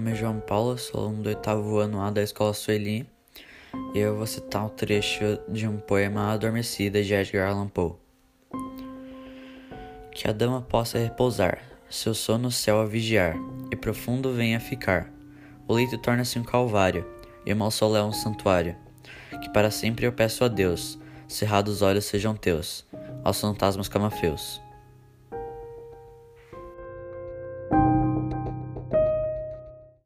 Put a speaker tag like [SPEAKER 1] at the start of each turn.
[SPEAKER 1] nome é João Paulo, sou aluno do 8º ano A da Escola Sueli e eu vou citar um trecho de um poema Adormecida de Edgar Allan Poe. Que a dama possa repousar, seu sono o céu a vigiar, e profundo venha ficar. O leito torna-se um calvário, e o mausolé um santuário. Que para sempre eu peço a Deus, cerrados olhos sejam teus, aos fantasmas camafeus.